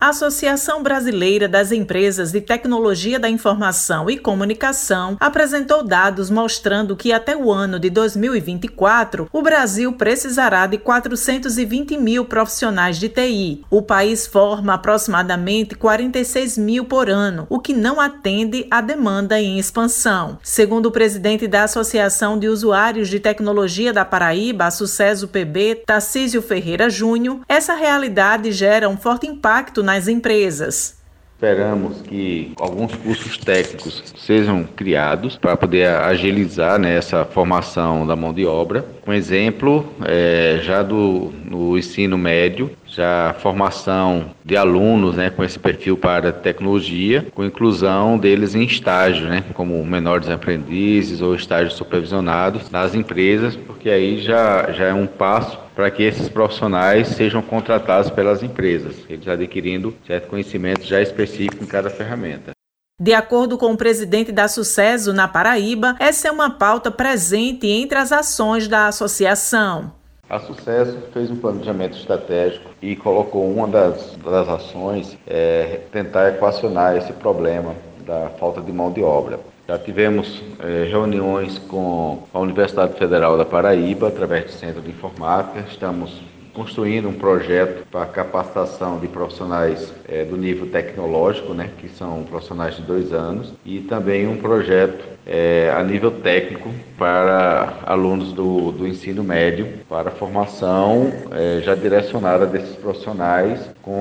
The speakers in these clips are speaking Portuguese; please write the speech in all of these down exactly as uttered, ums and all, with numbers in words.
A Associação Brasileira das Empresas de Tecnologia da Informação e Comunicação apresentou dados mostrando que até o ano de dois mil e vinte e quatro, o Brasil precisará de quatrocentos e vinte mil profissionais de T I. O país forma aproximadamente quarenta e seis mil por ano, o que não atende à demanda em expansão. Segundo o presidente da Associação de Usuários de Tecnologia da Paraíba, a Sucesso P B, Tarcísio Ferreira Júnior, essa realidade gera um forte impacto na nas empresas. Esperamos que alguns cursos técnicos sejam criados para poder agilizar, né, essa formação da mão de obra. Um exemplo é, já do no ensino médio, já a formação de alunos, né, com esse perfil para tecnologia, com inclusão deles em estágio, né, como menores aprendizes ou estágios supervisionados nas empresas, porque aí já, já é um passo para que esses profissionais sejam contratados pelas empresas, eles adquirindo certo conhecimento já específico em cada ferramenta. De acordo com o presidente da Sucesso na Paraíba, essa é uma pauta presente entre as ações da associação. A Sucesso fez um planejamento estratégico e colocou uma das, das ações é tentar equacionar esse problema da falta de mão de obra. Já tivemos eh, reuniões com a Universidade Federal da Paraíba, através do Centro de Informática. Estamos construindo um projeto para capacitação de profissionais eh, do nível tecnológico, né, que são profissionais de dois anos, e também um projeto eh, a nível técnico para alunos do, do ensino médio, para formação eh, já direcionada desses profissionais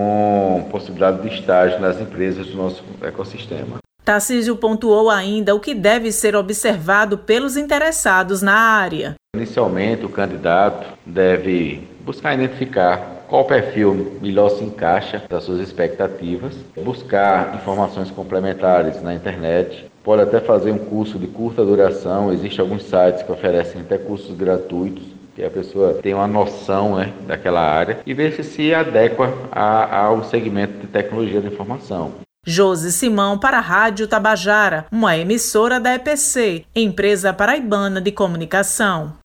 com possibilidade de estágio nas empresas do nosso ecossistema. Tarcísio pontuou ainda o que deve ser observado pelos interessados na área. Inicialmente, o candidato deve buscar identificar qual perfil melhor se encaixa das suas expectativas, buscar informações complementares na internet, pode até fazer um curso de curta duração, existem alguns sites que oferecem até cursos gratuitos, que a pessoa tem uma noção, né, daquela área e ver se se adequa a, ao segmento de tecnologia da informação. Josi Simão para a Rádio Tabajara, uma emissora da E P C, Empresa Paraibana de Comunicação.